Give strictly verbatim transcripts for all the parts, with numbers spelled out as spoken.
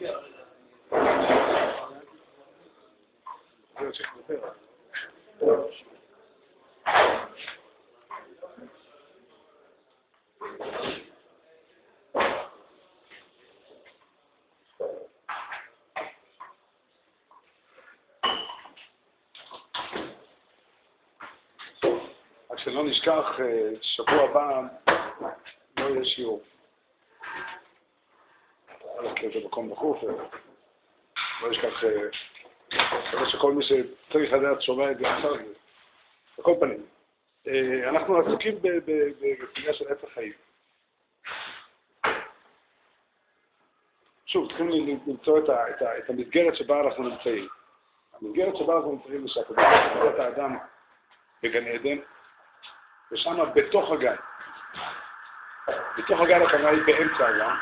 רק שלא נשכח, שבוע הבא לא יהיה שיעור. הלכתי את המקום בחוף, לא נשכח, חושב שכל מי שצריך לדעת שומע את זה עכשיו, בכל פנים. אנחנו עסוקים בפנייה של עץ החיים. שוב, צריכים למצוא את המסגרת שבה אנחנו נמצאים. המסגרת שבה אנחנו נמצאים זה שהקדוש ברוך הוא את האדם בגן עדן, ושם בתוך הגן. בתוך הגן הכוונה היא באמצע הגן.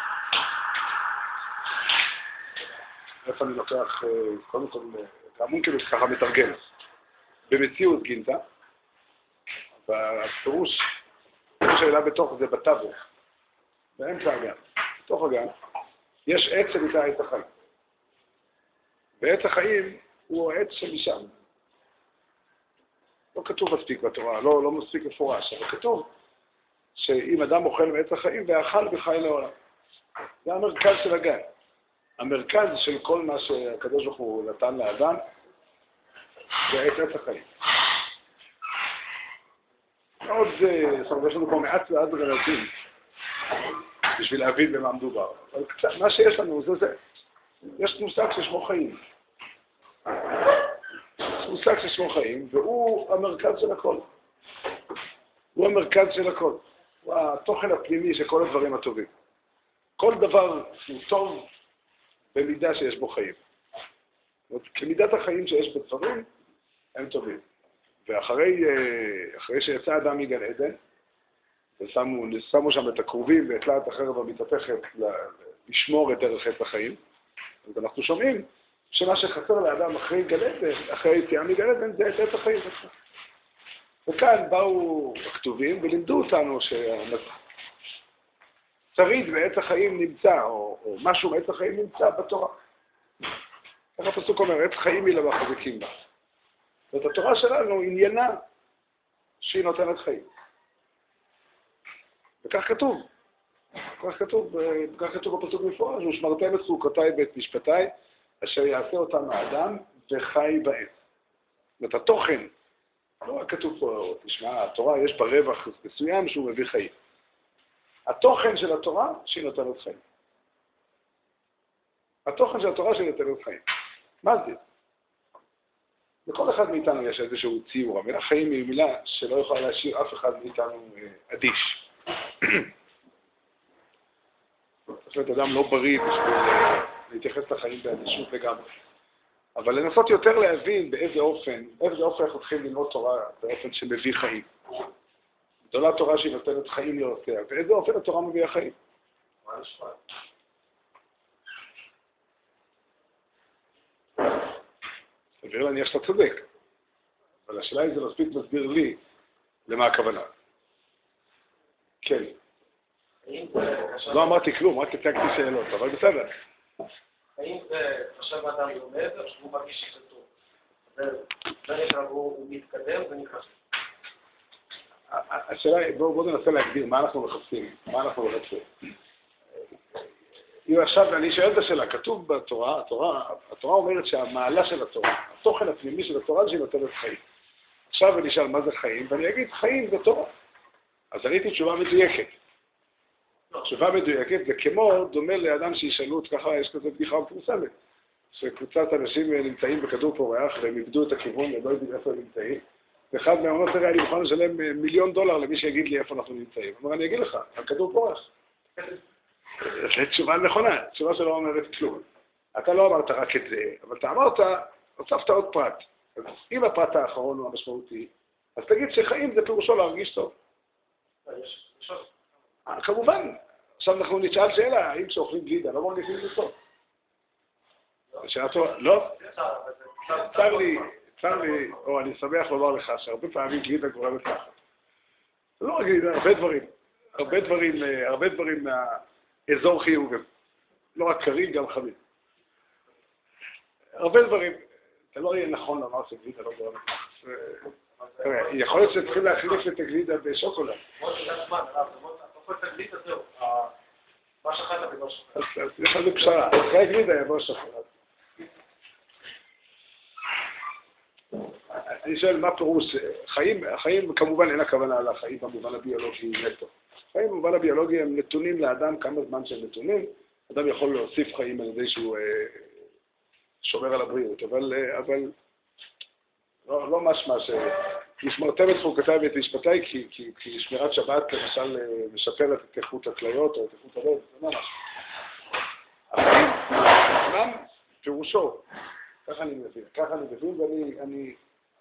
איפה אני לוקח, קודם כל, כאמון כאילו ככה מתרגם. במציאות גינתה, והפירוש, הפירוש שאלה בתוך זה בטבו, באמצע הגן. בתוך הגן, יש עץ שנקרא עץ החיים. ועץ החיים הוא העץ שמשם. לא כתוב מספיק בתורה, לא, לא מספיק מפורש, אבל כתוב שאם אדם אוכל מעץ החיים ואכל וחי לעולם. זה המרכז של הגן. המרכז של כל מה שהקדוש ברוך הוא נתן לאדם זה עץ החיים. עוד, זאת אומרת, יש לנו פה מעט ועד רלטים בשביל להבין במה מדובר. אבל קצת, מה שיש לנו זה זה. יש מושג ששמו חיים. יש מושג ששמו חיים, והוא המרכז של הכל. הוא המרכז של הכל. הוא התוכן הפנימי של כל הדברים הטובים. כל דבר הוא טוב במידה שיש בו חיים. כמידת החיים שיש בדברים, הם טובים. ואחרי אחרי שיצא אדם מגן עדן, ושמו שמו שם את הקרובים והתלת החרב המתהפכת לשמור את דרך עץ החיים, אז אנחנו שומעים שמה שחסר לאדם אחרי גן עדן, אחרי יציאה מגן עדן, זה את עץ החיים. וכאן באו הכתובים ולימדו אותנו ששריד בעץ החיים נמצא, או, או משהו בעץ החיים נמצא בתורה. איך הפסוק אומר, עץ חיים היא למחזיקים בה. ואת התורה שלנו עניינה שהיא נותנת חיים. וכך כתוב, כך כתוב, כך כתוב בפסוק מפורש, ושמרתם את חוקותיי בית משפטיי, אשר יעשה אותם האדם וחי בעץ. זאת התוכן, לא רק כתוב פה, תשמע, התורה יש בה רווח מסוים שהוא מביא חיים. התוכן של התורה שהיא נותנת חיים. התוכן של התורה שהיא נותנת חיים. מה זה? לכל אחד מאיתנו יש איזשהו ציור. המילה חיים היא מילה שלא יכולה להשאיר אף אחד מאיתנו אדיש. זאת אומרת, אדם לא בריא בשביל להתייחס לחיים באדישות לגמרי. אבל לנסות יותר להבין באיזה אופן, באיזה אופן אנחנו צריכים ללמוד תורה, באופן שמביא חיים. גדולה תורה שהיא נותנת חיים ליוצאה, באיזה אופן התורה מביאה חיים? מה נשמע? סביר להניח שאתה צודק, אבל השאלה היא זה מספיק מסביר לי למה הכוונה. כן. לא אמרתי כלום, רק הצגתי שאלות, אבל בסדר. האם זה עכשיו אדם לומד, או שהוא מרגיש שזה טוב? זה נקרא, הוא מתקדם ונכנס. השאלה היא, בואו ננסה להגדיר מה אנחנו מחפשים, מה אנחנו מחפשים. אם עכשיו אני שואל את השאלה, כתוב בתורה, התורה, התורה אומרת שהמעלה של התורה, התוכן הפנימי של התורה שהיא נותנת חיים. עכשיו אני אשאל מה זה חיים, ואני אגיד חיים זה תורה. אז ראיתי תשובה מדויקת. תשובה מדויקת זה כמו דומה לאדם שישאלו את ככה, יש כזה בדיחה מפורסמת, שקבוצת אנשים נמצאים בכדור פורח והם איבדו את הכיוון, הם לא יודעים איפה הם נמצאים, ואחד מהאומות הרי אני מוכן לשלם מיליון דולר למי שיגיד לי איפה אנחנו נמצאים. אומר, אני אגיד לך, הכדור פורח. זו תשובה נכונה, תשובה שלא אומרת כלום. אתה לא אמרת רק את זה, אבל אתה אמרת, הוספת עוד פרט. אז אם הפרט האחרון הוא המשמעותי, אז תגיד שחיים זה פירושו להרגיש טוב. כמובן, עכשיו אנחנו נשאל שאלה, האם שאוכלים גלידה, לא מרגישים זה טוב? שאלה טובה, לא? צר לי, צר לי, או אני שמח לומר לך שהרבה פעמים גלידה גורמת ככה. זה לא רק גלידה, הרבה דברים. הרבה דברים, הרבה דברים מהאזור חיובים. לא רק קרים, גם חמים. הרבה דברים, זה לא יהיה נכון לומר שגלידה לא גורמת לחץ. יכול להיות שצריכים להחליף את הגלידה בשוקולד. מאוד שגעת זמן, הרב, אתה אוכל את הגלידה, זהו. מה שחטת ולא שוקולד. אז יש לנו פשרה, אחרי הגלידה יבוא שוקולד. אני שואל מה פירוש, חיים, החיים כמובן אין הכוונה על החיים במובן הביולוגי נטו. חיים במובן הביולוגי הם נתונים לאדם כמה זמן שהם נתונים, אדם יכול להוסיף חיים על ידי שהוא אה, שומר על הבריאות, אבל, אה, אבל לא, לא משמע שנשמרתם את חוקותיי ואת משפטיי, כי, כי, כי שמירת שבת למשל משפרת את איכות הכליות או את איכות הלב, זה לא משהו. החיים, אמנם פירושו, ככה אני מבין, ככה אני מבין ואני, אני,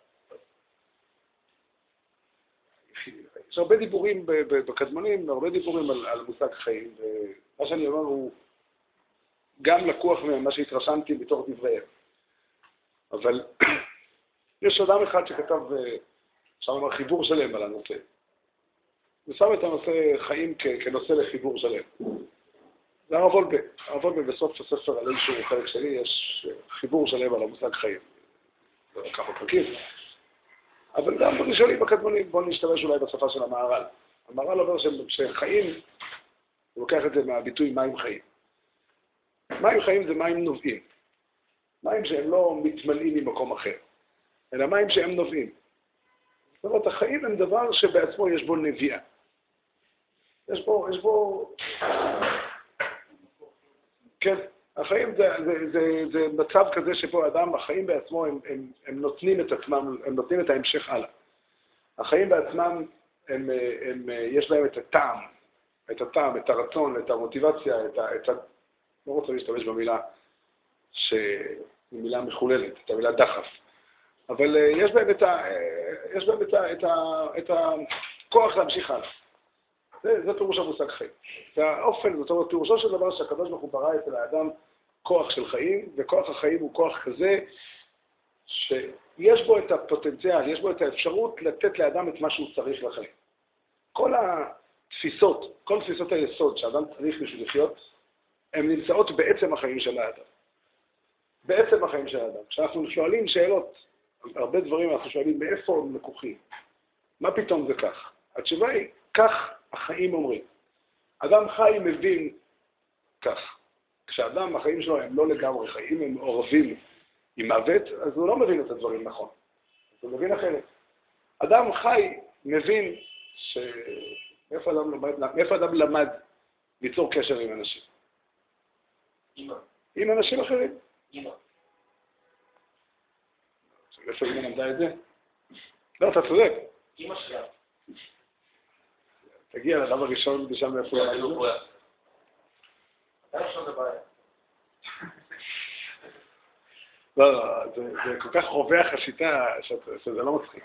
יש הרבה דיבורים בקדמונים, הרבה דיבורים על, על מושג חיים, ומה שאני אומר הוא גם לקוח ממה שהתרשמתי בתוך דבריהם. אבל יש אדם אחד שכתב, שם אמר חיבור שלם על הנושא. ושם את הנושא חיים כ, כנושא לחיבור שלם. זה הרב וולבה. הרב וולבה בסוף הספר על איזשהו חלק שלי יש חיבור שלם על המושג חיים. זה כמה פרקים. אבל גם בראשונים בקדמונים, בואו נשתמש אולי בשפה של המהר"ל. המהר"ל אומר שחיים, הוא לוקח את זה מהביטוי מים חיים. מים חיים זה מים נובעים. מים שהם לא מתמלאים ממקום אחר, אלא מים שהם נובעים. זאת אומרת, החיים הם דבר שבעצמו יש בו נביאה. יש בו, יש בו... כן, החיים זה, זה, זה, זה מצב כזה שבו אדם, החיים בעצמו הם, הם, הם נותנים את עצמם, הם נותנים את ההמשך הלאה. החיים בעצמם, הם, הם, יש להם את הטעם, את הטעם, את הרצון, את המוטיבציה, את ה... את ה לא רוצה להשתמש במילה שהיא מילה מחוללת, את המילה דחף. אבל יש בהם את, ה, יש בהם את, ה, את, ה, את הכוח להמשיך הלאה. זה, זה פירוש המושג חיים. זה האופן, זאת אומרת, פירושו של דבר שהקדוש ברוך הוא ברא אצל האדם כוח של חיים, וכוח החיים הוא כוח כזה שיש בו את הפוטנציאל, יש בו את האפשרות לתת לאדם את מה שהוא צריך לחיים. כל התפיסות, כל תפיסות היסוד שהאדם צריך בשביל לחיות, הן נמצאות בעצם החיים של האדם. בעצם החיים של האדם. כשאנחנו שואלים שאלות, הרבה דברים אנחנו שואלים מאיפה הם לקוחים. מה פתאום זה כך? התשובה היא, כך החיים אומרים. אדם חי מבין כך. כשאדם, החיים שלו הם לא לגמרי חיים, הם מעורבים עם מוות, אז הוא לא מבין את הדברים נכון. הוא מבין אחרת. אדם חי מבין ש... מאיפה אדם למד, מאיפה אדם למד ליצור קשר עם אנשים? אמא. עם אנשים אחרים. אמא. איפה אמא למדה את זה? לא, אתה צודק. אמא שלה. תגיע לרב הראשון ושם מאיפה למד את זה. אתה ראשון לבעיה. לא, לא, זה, זה כל כך רווח השיטה שזה לא מצחיק.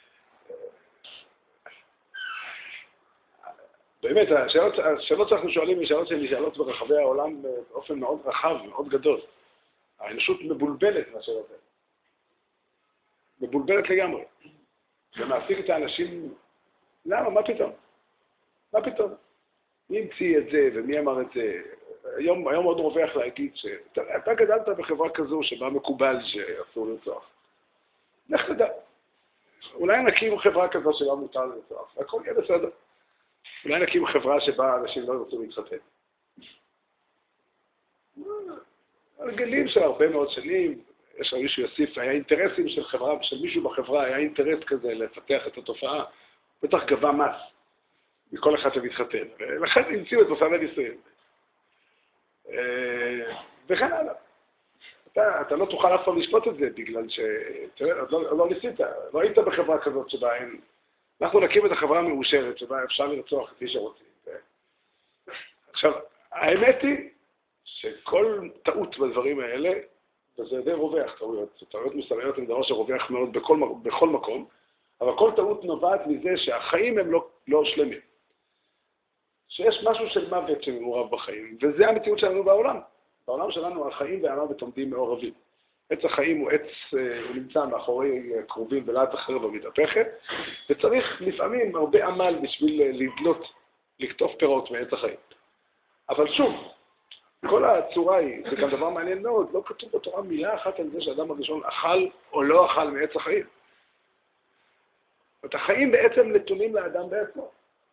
באמת, השאלות, השאלות שאנחנו שואלים הן שאלות שהן שאלות ברחבי העולם באופן מאוד רחב, מאוד גדול. האנושות מבולבלת מהשאלות האלה. מבולבלת לגמרי. זה מעסיק את האנשים, למה? מה פתאום? מה פתאום? מי המציא את זה ומי אמר את זה? היום, היום עוד רווח להגיד שאתה גדלת בחברה כזו שבה מקובל שאסור לרצוח. לך תדע. אולי נקים חברה כזו שבה מותר לרצוח. הכל יהיה בסדר. אולי נקים חברה שבה אנשים לא ירצו להתחתן. הרגלים של הרבה מאוד שנים, יש לנו מישהו יוסיף, היה אינטרסים של חברה, של מישהו בחברה, היה אינטרס כזה לפתח את התופעה, בטח גבה מס מכל אחד שמתחתן. ולכן המציאו את מוסד הנישואים. וכן הלאה. אתה, אתה לא תוכל אף פעם לשפוט את זה, בגלל ש... תראה, לא, לא ניסית, לא היית בחברה כזאת שבה אין... אנחנו נקים את החברה המאושרת, שבה אפשר לרצוח את מי שרוצים. עכשיו, האמת היא שכל טעות בדברים האלה, וזה די רווח, טעויות, טעויות מוסריות הן דבר שרווח מאוד בכל, בכל מקום, אבל כל טעות נובעת מזה שהחיים הם לא, לא שלמים. שיש משהו של מוות שמעורב בחיים, וזה המציאות שלנו בעולם. בעולם שלנו החיים והמוות עומדים מעורבים. עץ החיים הוא עץ, הוא נמצא מאחורי קרובים בלעת אחר במתהפכת, וצריך לפעמים הרבה עמל בשביל לדלות, לקטוף פירות מעץ החיים. אבל שוב, כל הצורה היא, זה גם דבר מעניין מאוד, לא כתוב בתורה מילה אחת על זה שאדם הראשון אכל או לא אכל מעץ החיים. את החיים בעצם נתונים לאדם בעצמו.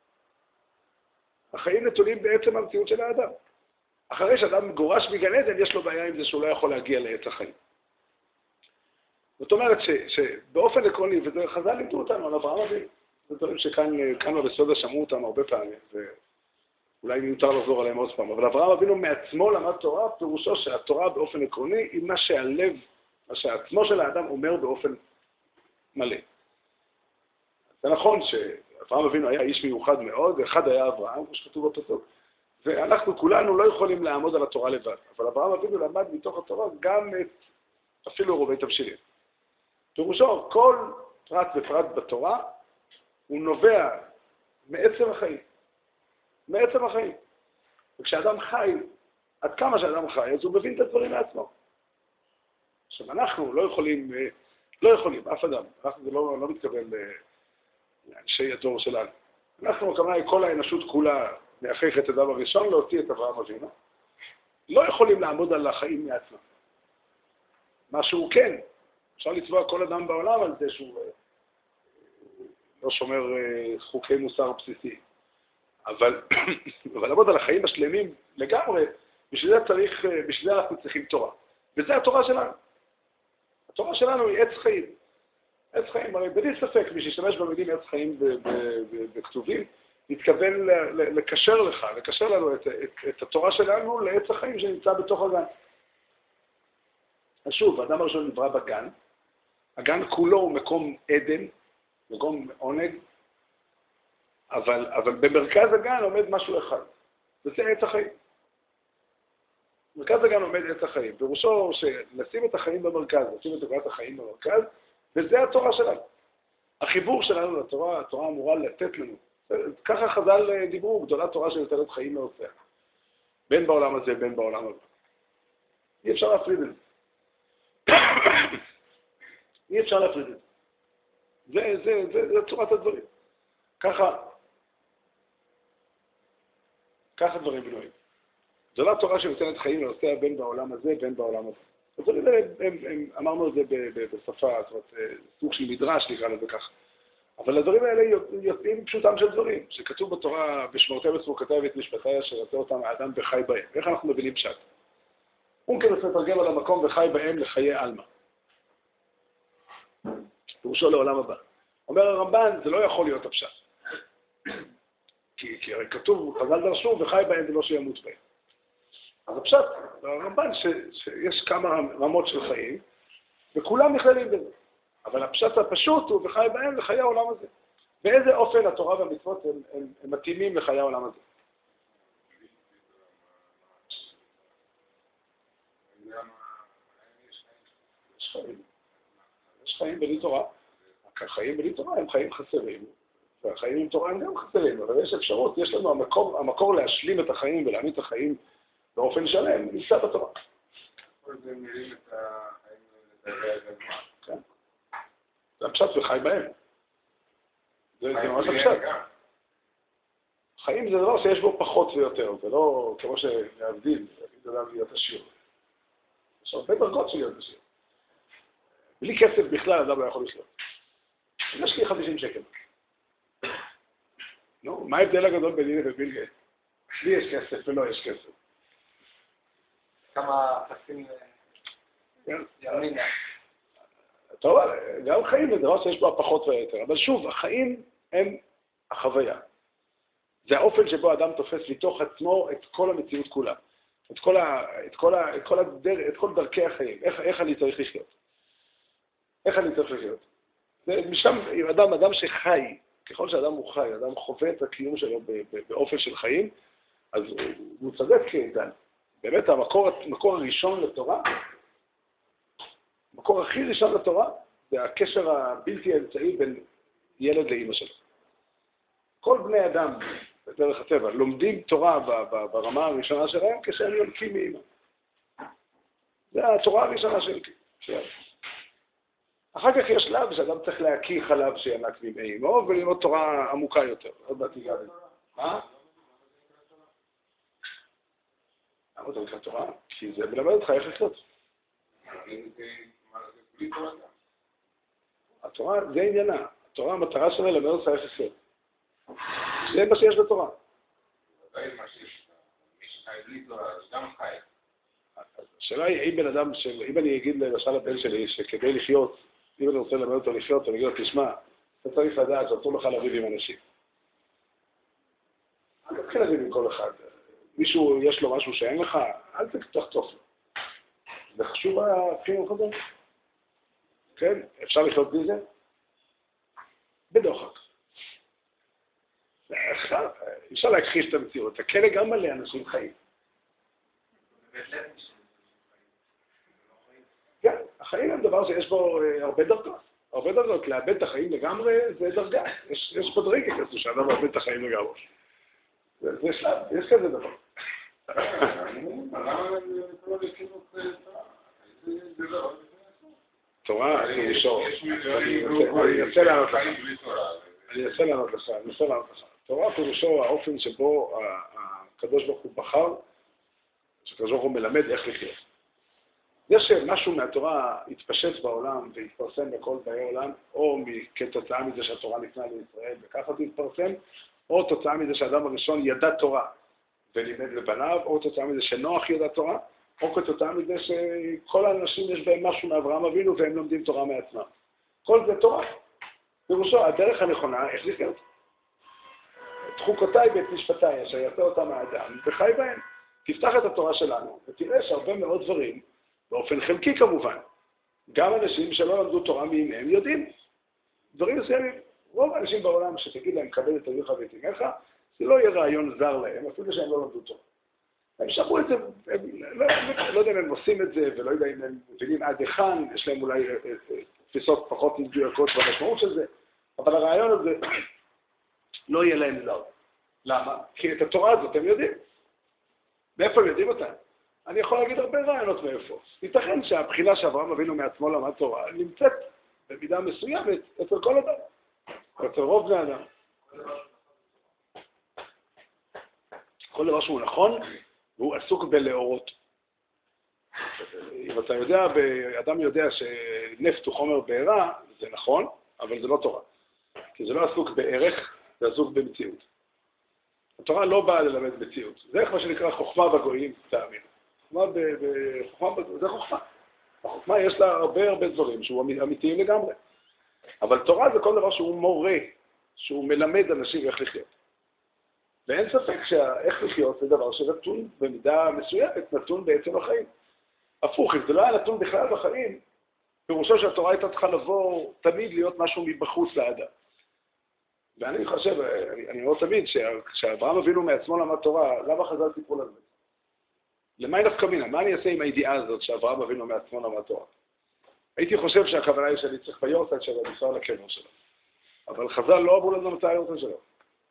החיים נתונים בעצם המציאות של האדם. אחרי שאדם גורש מגן עדן, יש לו בעיה עם זה שהוא לא יכול להגיע לעץ החיים. זאת אומרת ש, שבאופן עקרוני, וזה חז"ל לימדו אותנו על אברהם אבינו, זה דברים שכאן בסודה שמעו אותם הרבה פעמים, ואולי מיותר לחזור עליהם עוד פעם, אבל אברהם אבינו מעצמו למד תורה, פירושו שהתורה באופן עקרוני היא מה שהלב, מה שהעצמו של האדם אומר באופן מלא. זה נכון שאברהם אבינו היה איש מיוחד מאוד, אחד היה אברהם, כמו שכתוב בפסוק, ואנחנו כולנו לא יכולים לעמוד על התורה לבד, אבל אברהם אבינו למד מתוך התורה גם את אפילו רובי תבשילים. פירושו, כל פרט ופרט בתורה הוא נובע מעצם החיים. מעצם החיים. וכשאדם חי, עד כמה שאדם חי, אז הוא מבין את הדברים מעצמו. עכשיו, אנחנו לא יכולים, לא יכולים, אף אדם, אנחנו זה לא, לא מתכוון לאנשי הדור שלנו. אנחנו, הכוונה היא כל האנושות כולה, מאחרי חטא אדם הראשון, להוציא את אברהם אבינו. לא יכולים לעמוד על החיים מעצמם. מה שהוא כן, אפשר לצבוע כל אדם בעולם על זה שהוא לא שומר חוקי מוסר בסיסי. אבל, אבל לעמוד על החיים השלמים לגמרי, בשביל זה צריך, בשביל זה אנחנו צריכים תורה. וזה התורה שלנו. התורה שלנו היא עץ חיים. עץ חיים, הרי בלי ספק, מי שישתמש במילים עץ חיים בכתובים, מתכוון לקשר לך, לקשר לנו את, את, את התורה שלנו לעץ החיים שנמצא בתוך הגן. אז שוב, האדם הראשון נברא בגן, הגן כולו הוא מקום עדן, מקום עונג, אבל, אבל במרכז הגן עומד משהו אחד, וזה עץ החיים. במרכז הגן עומד עץ החיים, פירושו שלשים את החיים במרכז, לשים את תורת החיים במרכז, וזה התורה שלנו. החיבור שלנו לתורה, התורה אמורה לתת לנו. ככה חז"ל דיברו, גדולה תורה שנותנת חיים מעושיה. בין בעולם הזה, בין בעולם הבא. אי אפשר להפריד את זה. אי אפשר להפריד את זה. זה, זה, זה, זה צורת הדברים. ככה, ככה דברים בנויים. זו לא תורה שנותנת חיים לעושיה בין בעולם הזה, בין בעולם הזה. אז הם, הם, הם, אמרנו את זה בשפה, זאת אומרת, סוג של מדרש נקרא לזה ככה. אבל הדברים האלה יוצאים פשוטם של דברים, שכתוב בתורה, בשמרתם וצדקותי ואת משפטי אשר עשה אותם האדם וחי בהם. איך אנחנו מבינים פשט? הוא כן רוצה לתרגם על המקום וחי בהם לחיי עלמא. פירושו לעולם הבא. אומר הרמב"ן, זה לא יכול להיות הפשט. כי, כי הרי כתוב, חז"ל דרשו וחי בהם ולא שימות בהם. אז הפשט, הרמב"ן, ש, שיש כמה רמות של חיים, וכולם נכללים בזה. אבל הפשט הפשוט הוא וחי בהם לחיי העולם הזה. באיזה אופן התורה והמצוות הם, הם, הם מתאימים לחיי העולם הזה? יש חיים. יש חיים בלי תורה. החיים בלי תורה הם חיים חסרים, והחיים עם תורה הם גם חסרים, אבל יש אפשרות, יש לנו המקור, המקור להשלים את החיים ולהעמיד את החיים באופן שלם, נמצא בתורה. כל זה מילים את החיים ולדבר. כן. זה הפשט וחי בהם. זה ממש הפשט. חיים זה דבר שיש בו פחות ויותר, זה לא כמו שלהבדיל, להגיד אדם להיות עשיר. יש הרבה דרגות של להיות עשיר. בלי כסף בכלל אדם לא יכול לשלוט. יש לי חמישים שקל. נו, מה ההבדל הגדול ביני ובין גאה? לי יש כסף ולא יש כסף. כמה חסים ימינה. טוב, גם חיים זה דבר שיש בו פחות ויותר. אבל שוב, החיים הם החוויה. זה האופן שבו האדם תופס מתוך עצמו את כל המציאות כולה. את כל, ה, את כל, ה, את כל, הדר, את כל דרכי החיים. איך, איך אני צריך לחיות? איך אני צריך לחיות? זה משם, אדם, אדם שחי, ככל שאדם הוא חי, אדם חווה את הקיום שלו באופן של חיים, אז הוא צדק כאיתן. באמת המקור, המקור הראשון לתורה, המקור הכי ראשון לתורה, זה הקשר הבלתי האמצעי בין ילד לאמא שלו. כל בני אדם, בדרך הטבע, לומדים תורה ברמה הראשונה שלהם כשהם יונקים מאמא. זה התורה הראשונה שלהם. אחר כך יש שלב שאדם צריך להקיא חלב שינק מאמו וללמוד תורה עמוקה יותר. עוד מעט תיגע בזה. מה? למה זה נקרא תורה? כי זה מלמד אותך איך לחיות. התורה זה עניינה. התורה, המטרה שלה ללמד אותך איך לחיות. זה מה שיש בתורה. השאלה היא, אם בן אדם, אם אני אגיד למשל לבן שלי שכדי לחיות, אם אני רוצה ללמד אותו לחיות, אני אגיד לו, תשמע, אתה צריך לדעת שאסור לך לריב עם אנשים. אני מתחיל לריב עם כל אחד. מישהו, יש לו משהו שאין לך, אל תחטוף לו. זה חשוב הבחינה הקודם. כן? אפשר לחיות בלי זה? בדוחק. אפשר להכחיש את המציאות. הכלא גם מלא אנשים חיים. כן, החיים הם דבר שיש בו הרבה דרגות. הרבה דרגות. לאבד את החיים לגמרי זה דרגה. יש, יש מדרגה כזו שאדם מאבד את החיים לגמרי. זה, זה שלב, יש כזה דבר. תורה, אני מישור. אני אנסה לענות לך. אני אנסה לענות לך. אני אנסה לענות לך. תורה פירושו האופן שבו הקדוש ברוך הוא בחר, שהקדוש ברוך הוא מלמד איך לחיות. זה שמשהו מהתורה התפשט בעולם והתפרסם בכל באי עולם, או כתוצאה מזה שהתורה ניתנה לישראל וככה זה התפרסם, או תוצאה מזה שהאדם הראשון ידע תורה ולימד לבניו, או תוצאה מזה שנוח ידע תורה, או כתוצאה מזה שכל האנשים יש בהם משהו מאברהם אבינו והם לומדים תורה מעצמם. כל זה תורה. פירושו, הדרך הנכונה, איך לחיות. את חוקותיי ואת משפטיי, אשר יעשה אותם האדם, וחי בהם. תפתח את התורה שלנו, ותראה שהרבה מאוד דברים, באופן חלקי כמובן, גם אנשים שלא למדו תורה מימיהם יודעים. דברים מסוימים. רוב האנשים בעולם שתגיד להם, כבד את אביך ואת אמך, זה לא יהיה רעיון זר להם, אפילו שהם לא למדו תורה. הם שמעו את זה, הם, לא, לא יודע אם הם עושים את זה, ולא יודע אם הם מבינים עד היכן, יש להם אולי תפיסות פחות מדויקות במשמעות של זה, אבל הרעיון הזה לא יהיה להם זר. למה? כי את התורה הזאת הם יודעים. מאיפה הם יודעים אותה? אני יכול להגיד הרבה רעיונות מאיפה. ייתכן שהבחינה שאברהם אבינו מעצמו למד תורה נמצאת במידה מסוימת אצל כל אדם. אצל רוב בני אדם. כל דבר שהוא נכון, והוא עסוק בלאורות. אם אתה יודע, אדם יודע שנפט הוא חומר בעירה, זה נכון, אבל זה לא תורה. כי זה לא עסוק בערך, זה עסוק במציאות. התורה לא באה ללמד מציאות. זה מה שנקרא חוכמה בגויים, תאמין. חוכמה בגויים, זה חוכמה. החוכמה יש לה הרבה הרבה דברים שהוא אמיתיים לגמרי. אבל תורה זה כל דבר שהוא מורה, שהוא מלמד אנשים איך לחיות. ואין ספק שאיך לחיות זה דבר שנתון במידה מסוימת, נתון בעצם החיים. הפוך, אם זה לא היה נתון בכלל בחיים, פירושו שהתורה הייתה צריכה לבוא תמיד להיות משהו מבחוץ לאדם. ואני חושב, אני אומר תמיד, כשאברהם אבינו מעצמו למד תורה, למה חז"ל סיפרו לנו? למה היא נפקא מינה? מה אני אעשה עם הידיעה הזאת שאברהם אבינו מעצמו למד תורה? הייתי חושב שהכוונה היא שאני צריך ביורצייט שלו, לנסוע לקבר שלו. אבל חז"ל לא אמרו לנו מתי היורצייט שלו.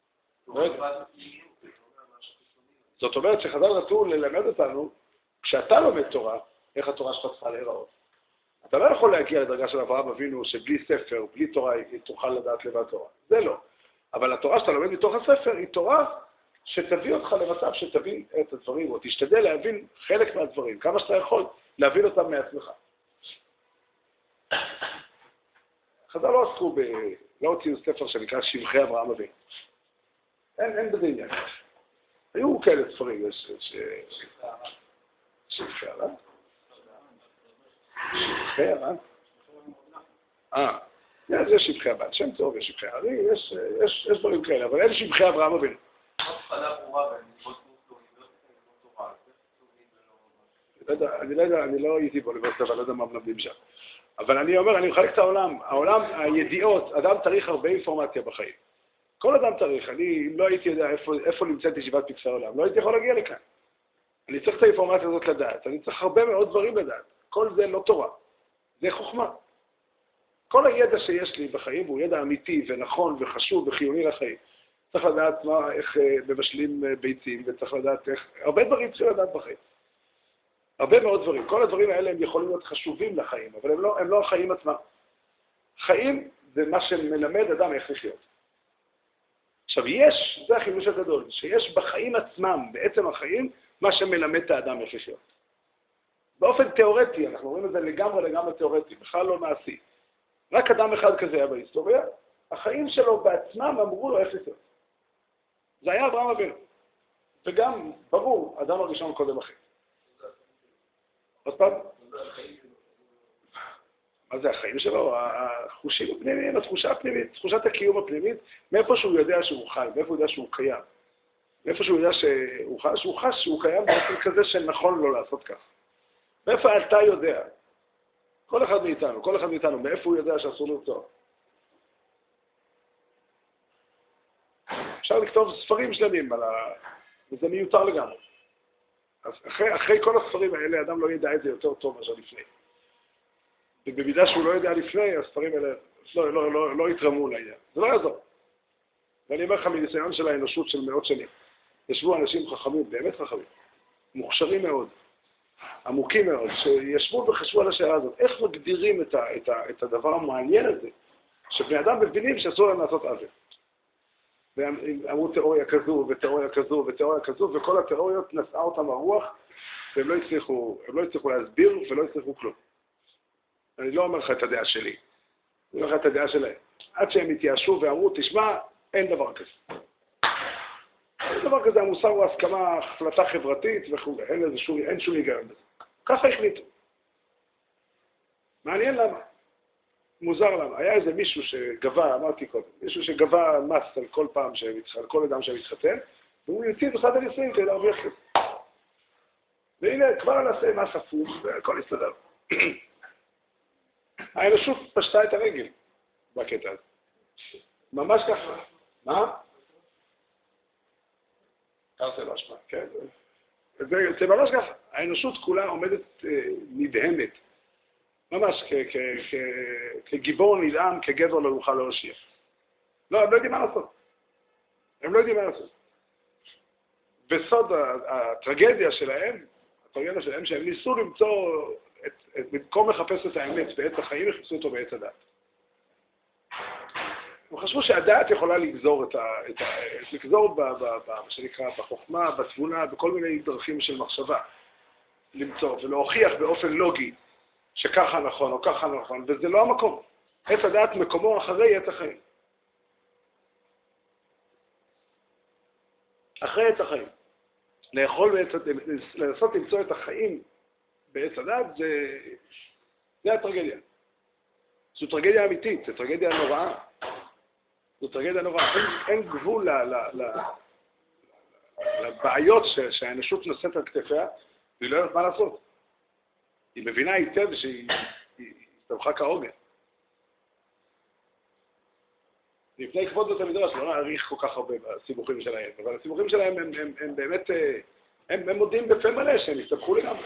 זאת אומרת שחז"ל רצו ללמד אותנו, כשאתה לומד תורה, איך התורה שלך צריכה להיראות. אתה לא יכול להגיע לדרגה של אברהם אבינו שבלי ספר, בלי תורה, היא תוכל לדעת לבד תורה. זה לא. אבל התורה שאתה לומד מתוך הספר היא תורה שתביא אותך למצב שתבין את הדברים, או תשתדל להבין חלק מהדברים, כמה שאתה יכול להבין אותם מעצמך. חז"ל לא עסקו ב... לא הוציאו ספר שנקרא שבחי אברהם אבינו. אין, אין בזה עניין. היו כאלה ספרים, יש... שבחי הר"ן? שבחי הר"ן? אה, יש שבחי הבעל שם טוב, יש שבחי הארי, יש, יש, יש דברים כאלה, אבל אין שבחי אברהם אבינו. אני לא יודע, אני לא הייתי באוניברסיטה, אבל לא יודע מה מלמדים שם. אבל אני אומר, אני מחלק את העולם. העולם, הידיעות, אדם צריך הרבה אינפורמציה בחיים. כל אדם צריך. אני, אם לא הייתי יודע איפה, איפה נמצאת ישיבת פיקסי העולם, לא הייתי יכול להגיע לכאן. אני צריך את האינפורמציה הזאת לדעת. אני צריך הרבה מאוד דברים לדעת. כל זה לא תורה. זה חוכמה. כל הידע שיש לי בחיים הוא ידע אמיתי ונכון וחשוב וחיוני לחיים. צריך לדעת מה, איך מבשלים ביצים, וצריך לדעת איך... הרבה דברים צריכים לדעת בחיים. הרבה מאוד דברים. כל הדברים האלה הם יכולים להיות חשובים לחיים, אבל הם לא, הם לא החיים עצמם. חיים זה מה שמלמד אדם איך לחיות. עכשיו, יש, זה החידוש הגדול, שיש בחיים עצמם, בעצם החיים, מה שמלמד את האדם איך לחיות. באופן תיאורטי, אנחנו רואים את זה לגמרי לגמרי תיאורטי, בכלל לא מעשי. רק אדם אחד כזה היה בהיסטוריה, החיים שלו בעצמם אמרו לו איך לחיות. זה היה אברהם אבינו. וגם, ברור, אדם הראשון קודם אחר. עוד פעם? מה זה החיים שלו? החושים הפנימיים, התחושה הפנימית, תחושת הקיום הפנימית, מאיפה שהוא יודע שהוא חי, מאיפה הוא יודע שהוא קיים. מאיפה שהוא יודע שהוא חש, שהוא חש שהוא קיים באופן כזה שנכון לו לעשות כך. מאיפה אתה יודע? כל אחד מאיתנו, כל אחד מאיתנו, מאיפה הוא יודע שאסור לרצוח? אפשר לכתוב ספרים שלמים על ה... וזה מיותר לגמרי. אז אחרי, אחרי כל הספרים האלה, אדם לא ידע את זה יותר טוב מאשר לפני. ובמידה שהוא לא יודע לפני, הספרים האלה לא, לא, לא, לא יתרמו לעניין. זה לא יעזור. ואני אומר לך מניסיון של האנושות של מאות שנים. ישבו אנשים חכמים, באמת חכמים, מוכשרים מאוד, עמוקים מאוד, שישבו וחשבו על השאלה הזאת. איך מגדירים את, ה, את, ה, את הדבר המעניין הזה, שבני אדם מבינים שאסור להם לעשות עוול. והם אמרו תיאוריה כזו ותיאוריה כזו ותיאוריה כזו, וכל התיאוריות נשאה אותם הרוח, והם לא הצליחו, הם לא הצליחו להסביר ולא הצליחו כלום. אני לא אומר לך את הדעה שלי, אני אומר לך את הדעה שלהם. עד שהם התייאשו ואמרו, תשמע, אין דבר כזה. אין דבר כזה, המוסר הוא הסכמה, החלטה חברתית וכו', אין, שום, אין שום היגיון בזה. ככה החליטו. מעניין למה. מוזר למה. היה איזה מישהו שגבה, אמרתי קודם, מישהו שגבה מס על כל פעם שמתחתן, על כל אדם שמתחתן, והוא יוציא בסד הנישואים כדי להרוויח כזה. והנה, כבר נעשה מס הפוך, והכל יסתדר. האנושות פשטה את הרגל בקטע הזה. ממש ככה. מה? תרתי לא אשמה, כן? זה, זה ממש ככה. האנושות כולה עומדת אה, נדהמת. ממש כ, כ, כ, כגיבור נדהם, כגבר לא יוכל להושיע. לא, הם לא יודעים מה לעשות. הם לא יודעים מה לעשות. בסוד הטרגדיה שלהם, הטרגדיה שלהם, שהם ניסו למצוא, את, את, במקום לחפש את האמת בעץ החיים, יחפשו אותו בעץ הדת. הם חשבו שהדעת יכולה לגזור את ה... את ה לגזור ב, ב, ב, מה שנקרא, בחוכמה, בתבונה, בכל מיני דרכים של מחשבה. למצוא ולהוכיח באופן לוגי שככה נכון או ככה נכון, וזה לא המקום. עץ הדעת מקומו אחרי עץ החיים. אחרי עץ החיים. לאכול בעץ, לנסות למצוא את החיים בעץ הדעת, זה, זה הטרגדיה. זו טרגדיה אמיתית, זו טרגדיה נוראה. זו טרגדיה נוראה. אין, אין גבול ל, ל, ל, לבעיות ש, שהאנושות נושאת על כתפיה, והיא לא יודעת מה לעשות. היא מבינה היטב שהיא הסתבכה כעוגן. לפני כבוד בית המדרש, לא נעריך כל כך הרבה בסיבוכים שלהם, אבל הסיבוכים שלהם הם, הם, הם באמת, הם, הם מודים בפה מלא שהם הסתבכו לגמרי.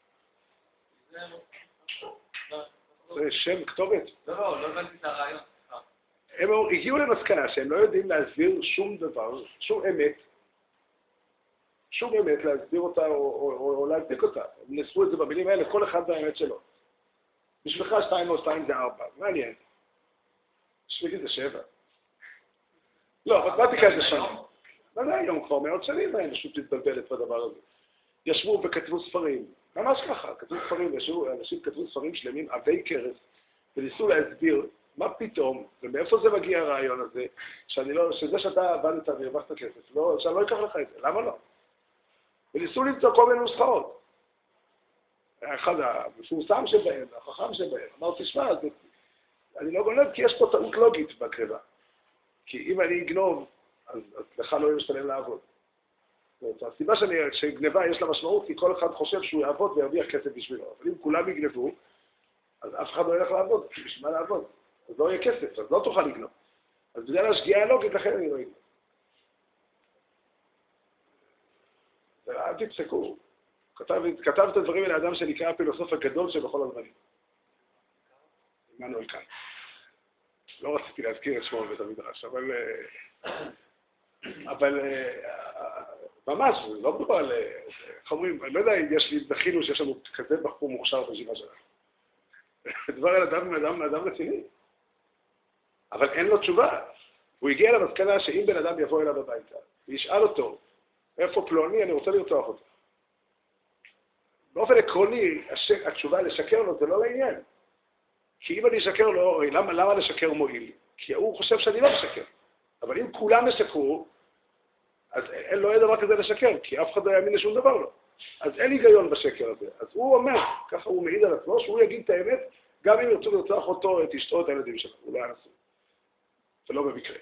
זה שם כתובת. לא, לא, לא הבנתי את הרעיון. הם הגיעו למסקנה שהם לא יודעים להסביר שום דבר, שום אמת, שום אמת להסביר אותה או, או, או, או להצדיק אותה. הם נספו את זה במילים האלה, כל אחד והאמת שלו. בשבילך שתיים או שתיים זה ארבע, מעניין. בשבילי זה שבע. לא, מתמטיקה זה שונה. מה זה היום כבר מאות שנים האנושות מתבלבלת בדבר הזה. ישבו וכתבו ספרים, ממש ככה, כתבו ספרים, ישבו, אנשים כתבו ספרים שלמים, עבי כרס, וניסו להסביר מה פתאום, ומאיפה זה מגיע הרעיון הזה, שאני לא, שזה שאתה עבדת והרווחת כסף, לא, שאני לא אקח לך את זה, למה לא? וניסו למצוא כל מיני נוסחאות. אחד המפורסם שבהם, החכם שבהם, אמר, תשמע, אני לא גונב כי יש פה טעות לוגית בקרבה. כי אם אני אגנוב, אז, אז לך לא יהיה משתלם לעבוד. זאת הסיבה שאני, שגנבה יש לה משמעות, כי כל אחד חושב שהוא יעבוד וירוויח כסף בשבילו. אבל אם כולם יגנבו, אז אף אחד לא ילך לעבוד, כי בשביל מה לעבוד? אז לא יהיה כסף, אז לא תוכל לגנוב. אז בגלל השגיאה הלוגית, לכן אני לא אגנוב. אל תפסקו. כתב, כתב את הדברים אל האדם שנקרא הפילוסוף הגדול שבכל הזמנים. עמנואל קאנט. לא רציתי להזכיר את שמו בבית המדרש, אבל... אבל... ממש, לא מדובר על... איך אומרים, אני לא יודע אם יש לי דחינו שיש לנו כזה בחור מוכשר בישיבה שלנו. מדובר על אדם, אדם, אדם רציני. אבל אין לו תשובה. הוא הגיע למסקנה שאם בן אדם יבוא אליו הביתה, וישאל אותו, איפה פלוני, אני רוצה לרצוח אותו. באופן עקרוני, התשובה לשקר לו זה לא לעניין. כי אם אני אשקר לו, למה, למה לשקר מועיל? כי הוא חושב שאני לא משקר. אבל אם כולם ישקרו, אז אין לו אין דבר כזה לשקר, כי אף אחד לא יאמין לשום דבר לו. אז אין היגיון בשקר הזה. אז הוא אומר, ככה הוא מעיד על עצמו, שהוא יגיד את האמת, גם אם ירצו לרצוח אותו, את אשתו, את הילדים שלו. הוא לא ינסו. זה לא במקרה.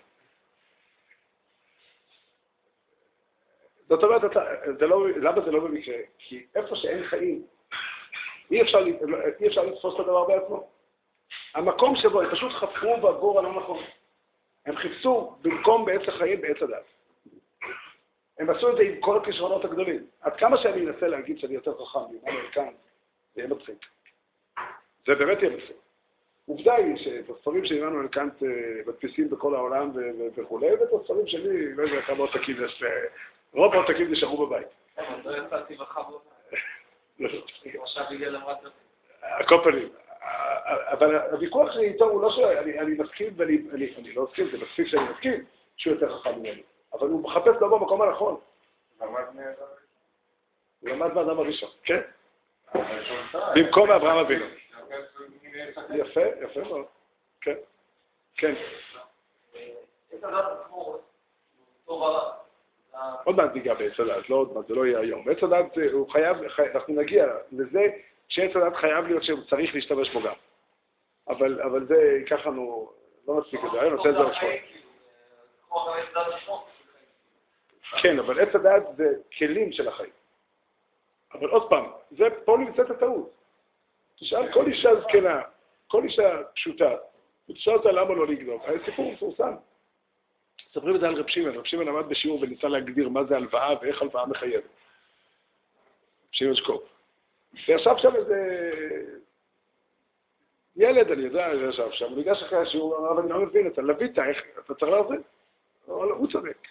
זאת אומרת, זה לא, למה זה לא במקרה? כי איפה שאין חיים, אי אפשר, אי אפשר לתפוס את הדבר בעצמו. המקום שבו, הם פשוט חפרו בבור הלא נכון. הם חיפשו במקום בעץ החיים, בעץ הדת. הם עשו את זה עם כל הכישרונות הגדולים. עד כמה שאני אנסה להגיד שאני יותר חכם, ואני כאן, זה יהיה מצחיק. זה באמת יהיה מצחיק. עובדה היא שבספרים שאימנו אלקנט מדפיסים בכל העולם וכו', ואת הספרים שלי, לא יודע כמה עותקים יש, רוב העותקים נשארו בבית. לא יצאתי בחבורה. עכשיו בגלל למרת הקופלים. אבל הוויכוח שלי איתו הוא לא שואל, אני מסכים ואני לא מסכים, זה מספיק שאני מסכים שהוא יותר חכם ממני. אבל הוא מחפש לא במקום הנכון. הוא למד מהאדם הראשון, כן? במקום אברהם אבינו. יפה, יפה מאוד. כן, כן. עוד מעט ניגע בעץ הדת, לא עוד מעט, זה לא יהיה היום. בעץ הדת הוא חייב, אנחנו נגיע לזה שעץ הדת חייב להיות שהוא צריך להשתמש בו גם. אבל זה ייקח לנו, לא נספיק את זה, היום נוצא את זה עוד שבוע. כן, אבל עץ הדת זה כלים של החיים. אבל עוד פעם, זה פה נמצאת הטעות. תשאל כל אישה זקנה, כל אישה פשוטה, ותשאל אותה למה לא לגנוב. הסיפור מפורסם. ספרים את זה על רב שמעון. רב שמעון למד בשיעור וניסה להגדיר מה זה הלוואה ואיך הלוואה מחייבת. שמעון שקופ. וישב שם איזה ילד, אני יודע, ישב שם, הוא ניגש אחרי השיעור, אבל אני לא מבין, אתה לווית, איך, אתה צריך להבין. הוא צודק.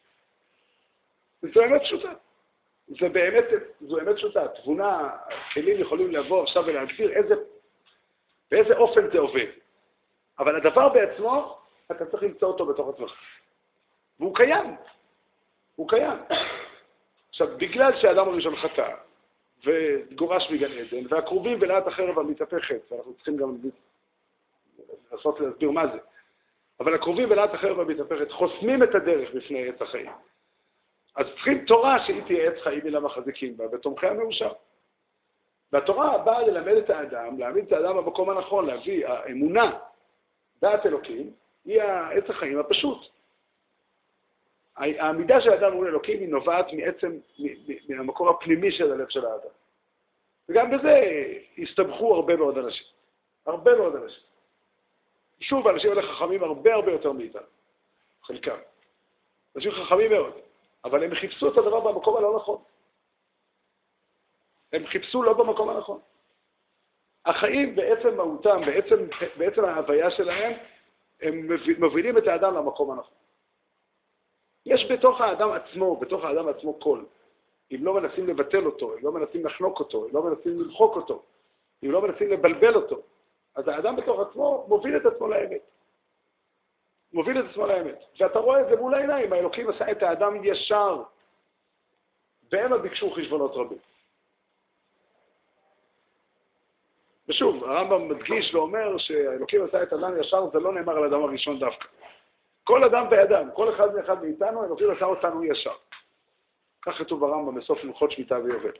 זו אמת פשוטה. זה באמת, זו אמת פשוטה. תבונה, כלים יכולים לבוא עכשיו ולהגדיר איזה, באיזה אופן זה עובד. אבל הדבר בעצמו, אתה צריך למצוא אותו בתוך עצמך. והוא קיים. הוא קיים. עכשיו, בגלל שהאדם הראשון חטא, וגורש מגן עדן, והקרובים בלהט החרב המתהפכת, ואנחנו צריכים גם לנסות להסביר מה זה. אבל הקרובים בלהט החרב המתהפכת חוסמים את הדרך בפני עץ החיים. אז צריכים תורה שהיא תהיה עץ חיים אלה מחזיקים בה, בתומכי המאושר. והתורה באה ללמד את האדם, להעמיד את האדם במקום הנכון, להביא האמונה, דעת אלוקים, היא העץ החיים הפשוט. העמידה של האדם מול אלוקים היא נובעת מעצם, מהמקור הפנימי של הלב של האדם. וגם בזה הסתבכו הרבה מאוד אנשים. הרבה מאוד אנשים. שוב, האנשים האלה חכמים הרבה הרבה יותר מאיתנו. חלקם. אנשים חכמים מאוד. אבל הם חיפשו את הדבר במקום הלא נכון. הם חיפשו לא במקום הנכון. החיים בעצם מהותם, בעצם, בעצם ההוויה שלהם, הם מובילים את האדם למקום הנכון. יש בתוך האדם עצמו, בתוך האדם עצמו קול. אם לא מנסים לבטל אותו, אם לא מנסים לחנוק אותו, אם לא מנסים למחוק אותו, אם לא מנסים לבלבל אותו, אז האדם בתוך עצמו מוביל את עצמו לאמת. מוביל את עצמו לאמת. ואתה רואה את זה מול העיניים, האלוקים עשה את האדם ישר, והם ביקשו חשבונות רבים. ושוב, הרמב"ם מדגיש ואומר שהאלוקים עשה את האדם ישר, זה לא נאמר על האדם הראשון דווקא. כל אדם ואדם, כל אחד מאחד מאיתנו, אלוקים עשה אותנו ישר. כך כתוב ברמב"ם בסוף הלכות שמיטה ויובל.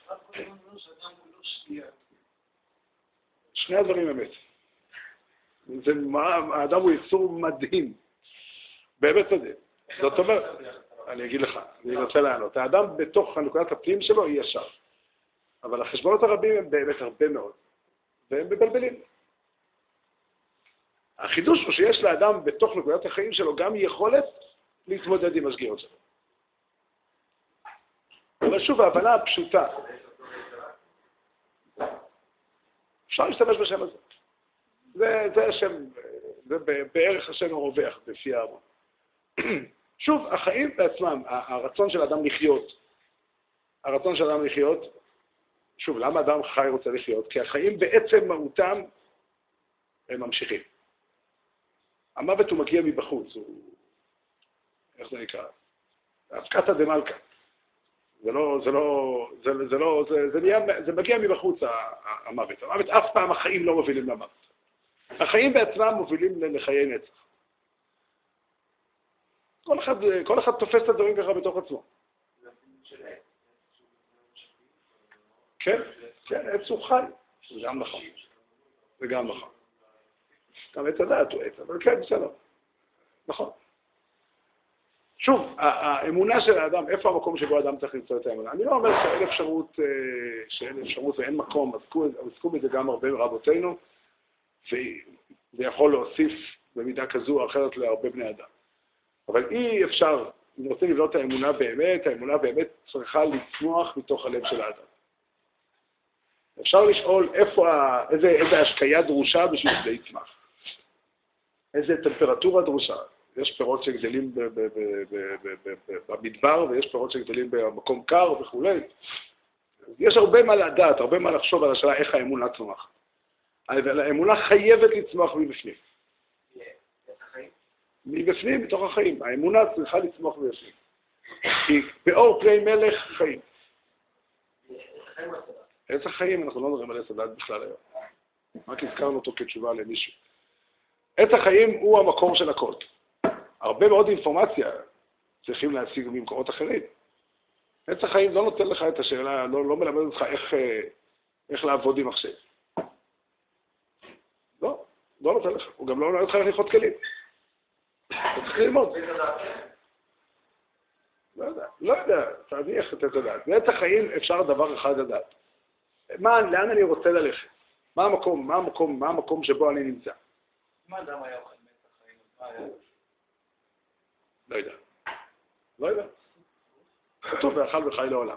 שני הדברים אמת. זה, האדם הוא יצור מדהים. באמת מדהים. זאת אומרת, אני אגיד לך, אני רוצה לענות. האדם בתוך נקודת הפנים שלו היא ישר. אבל החשבונות הרבים הם באמת הרבה מאוד. והם מבלבלים. החידוש הוא שיש לאדם בתוך נקודת החיים שלו גם יכולת להתמודד עם השגיאות שלו. אבל שוב, ההבנה הפשוטה. אפשר להשתמש בשם הזה. זה, זה השם, זה בערך השם הרווח בפי הארון. שוב, החיים בעצמם, הרצון של האדם לחיות, הרצון של האדם לחיות, שוב, למה אדם חי רוצה לחיות? כי החיים בעצם מהותם הם ממשיכים. המוות הוא מגיע מבחוץ, הוא, איך זה נקרא? הפקתא דמלכא. זה לא, זה לא, זה, זה לא, זה, זה, נהיה, זה מגיע מבחוץ המוות. המוות אף פעם החיים לא מובילים למוות. החיים בעצמם מובילים לחיי נצח. כל אחד, כל אחד תופס את הדברים ככה בתוך עצמו. כן, כן, עץ הוא חי. זה גם נכון. זה גם נכון. גם עץ הדעת הוא עץ, אבל כן, בסדר. נכון. שוב, האמונה של האדם, איפה המקום שבו האדם צריך למצוא את האמונה? אני לא אומר שאין אפשרות, שאין אפשרות ואין מקום, עסקו בזה גם הרבה רבותינו, וזה יכול להוסיף במידה כזו או אחרת להרבה בני אדם. אבל אי אפשר, אם רוצים לבנות את האמונה באמת, האמונה באמת צריכה לצמוח מתוך הלב של האדם. אפשר לשאול איפה, איזה, איזה השקיה דרושה בשביל זה יצמח. איזה טמפרטורה דרושה. יש פירות שגדלים במדבר, ויש פירות שגדלים במקום קר וכו'. יש הרבה מה לדעת, הרבה מה לחשוב על השאלה איך האמונה צומח. אבל האמונה חייבת לצמוח מבפנים. מבפנים, מתוך החיים. האמונה צריכה לצמוח מבפנים. כי באור פני מלך חיים. עץ החיים, אנחנו לא נראים על עץ הדעת בכלל היום. רק הזכרנו אותו כתשובה למישהו. עץ החיים הוא המקור של הכל. הרבה מאוד אינפורמציה צריכים להשיג ממקורות אחרים. עץ החיים לא נותן לך את השאלה, לא, לא מלמד אותך איך, איך לעבוד עם מחשב. לא, לא נותן לך. הוא גם לא נותן לך איך ללחוץ כלים. אתה צריך ללמוד. לא יודע, לא יודע, תעדי איך לתת לדעת. בעץ החיים אפשר דבר אחד לדעת. מה, לאן אני רוצה ללכת? מה המקום, מה המקום, מה המקום שבו אני נמצא? מה אדם היה אוכל מעץ החיים? מה היה? לא יודע. לא יודע. כתוב ואכל וחי לעולם.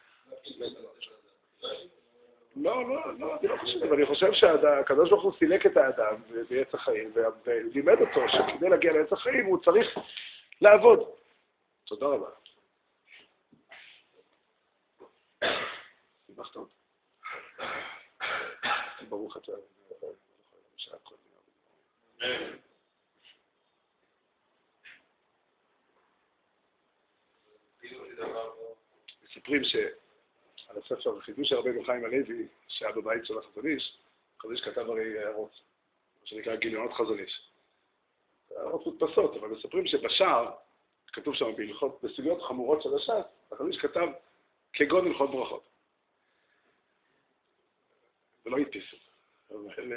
לא, לא, לא, אני לא חושב, אבל אני חושב שהקדוש ברוך הוא סילק את האדם בעץ החיים, ולימד אותו שכדי להגיע לעץ החיים הוא צריך לעבוד. תודה רבה. שמחת אותי. ברוך אתה. מספרים שעל הספר חידוש של רבי חיים הלוי, שהיה בבית של החזון איש, חזון איש כתב הרי הערות, מה שנקרא גיליונות חזון איש. הערות מודפסות, אבל מספרים שבשער, כתוב שם בהלכות, בסוגיות חמורות של הש"ס, החזון איש כתב כגון הלכות ברכות. זה לא הדפיסו, אבל...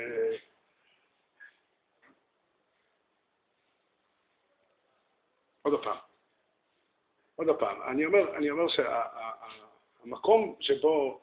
עוד פעם. עוד פעם, אני אומר, אני אומר שהמקום שבו,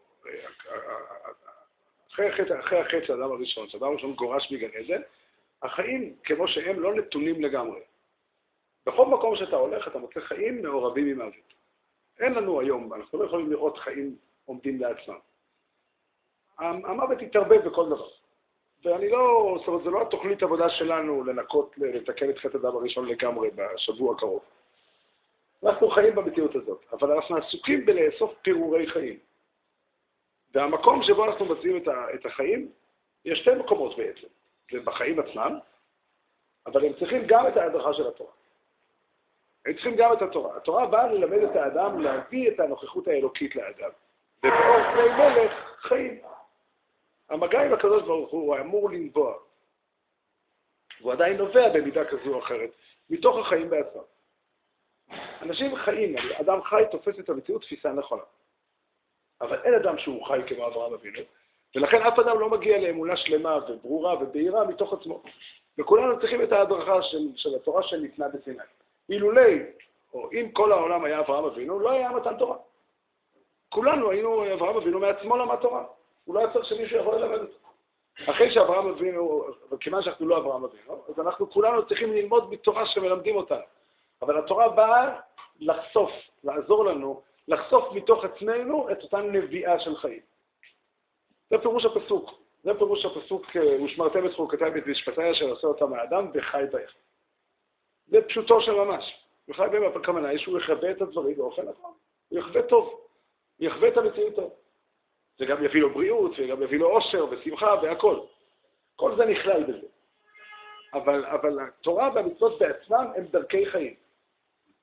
אחרי החטא, אחרי החטא של האדם הראשון, שהאדם הראשון גורש מגן עדן, החיים כמו שהם לא נתונים לגמרי. בכל מקום שאתה הולך, אתה מוצא חיים מעורבים עם מוות. אין לנו היום, אנחנו לא יכולים לראות חיים עומדים לעצמם. המוות יתערבב בכל דבר. ואני לא, זאת אומרת, זה לא התוכנית עבודה שלנו לנקות, לתקן את חטא האדם הראשון לגמרי בשבוע הקרוב. אנחנו חיים במציאות הזאת, אבל אנחנו עסוקים בלאסוף פירורי חיים. והמקום שבו אנחנו מציעים את החיים, יש שתי מקומות בעצם. זה בחיים עצמם, אבל הם צריכים גם את ההדרכה של התורה. הם צריכים גם את התורה. התורה באה ללמד את האדם להביא את הנוכחות האלוקית לאדם. ובאור פני מלך חיים. המגע עם הקדוש ברוך הוא אמור לנבוע. הוא עדיין נובע במידה כזו או אחרת, מתוך החיים בעצמם. אנשים חיים, אדם חי תופס את המציאות תפיסה נכונה. אבל אין אדם שהוא חי כמו אברהם אבינו, ולכן אף אדם לא מגיע לאמונה שלמה וברורה ובהירה מתוך עצמו. וכולנו צריכים את ההדרכה של, של התורה שניתנה בסיני. אילולי, או אם כל העולם היה אברהם אבינו, לא היה מתן תורה. כולנו היינו אברהם אבינו מעצמו למד תורה. הוא לא היה צריך שמישהו יכול ללמד אותו. אחרי שאברהם אבינו, וכיוון שאנחנו לא אברהם אבינו, אז אנחנו כולנו צריכים ללמוד בתורה שמלמדים אותנו. אבל התורה באה לחשוף, לעזור לנו, לחשוף מתוך עצמנו את אותה נביאה של חיים. זה פירוש הפסוק. זה פירוש הפסוק, ושמרתם את חוקותיי ואת משפטיי אשר עשה אותם האדם וחי בהם. זה פשוטו של ממש. וחי בהם, הכוונה היא שהוא יחווה את הדברים באופן נכון. הוא יחווה טוב. הוא יחווה את המציאות טוב. זה גם יביא לו בריאות, וגם יביא לו עושר ושמחה והכל. כל זה נכלל בזה. אבל, אבל התורה והמצוות בעצמם הם דרכי חיים.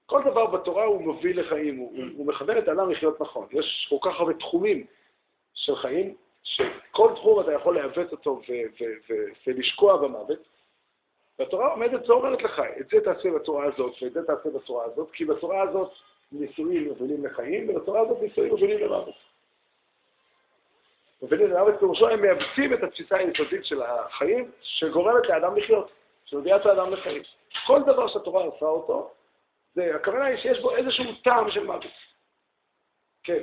כל דבר בתורה הוא מוביל לחיים, הוא, הוא מכוון את האדם לחיות נכון. יש כל כך הרבה תחומים של חיים, שכל תחום אתה יכול לעוות אותו ו- ו- ו- ולשקוע במוות, והתורה עומדת ואומרת לך, את זה תעשה בצורה הזאת ואת זה תעשה בצורה הזאת, כי בצורה הזאת ניסויים מובילים לחיים, ובצורה הזאת ניסויים מובילים למוות. מובילים למוות פירושו, הם מאבצים את התפיסה היסודית של החיים, שגורמת לאדם לחיות, שמביאה את האדם לחיים. כל דבר שהתורה עושה אותו, זה, הכוונה היא שיש בו איזשהו טעם של מוות. כן.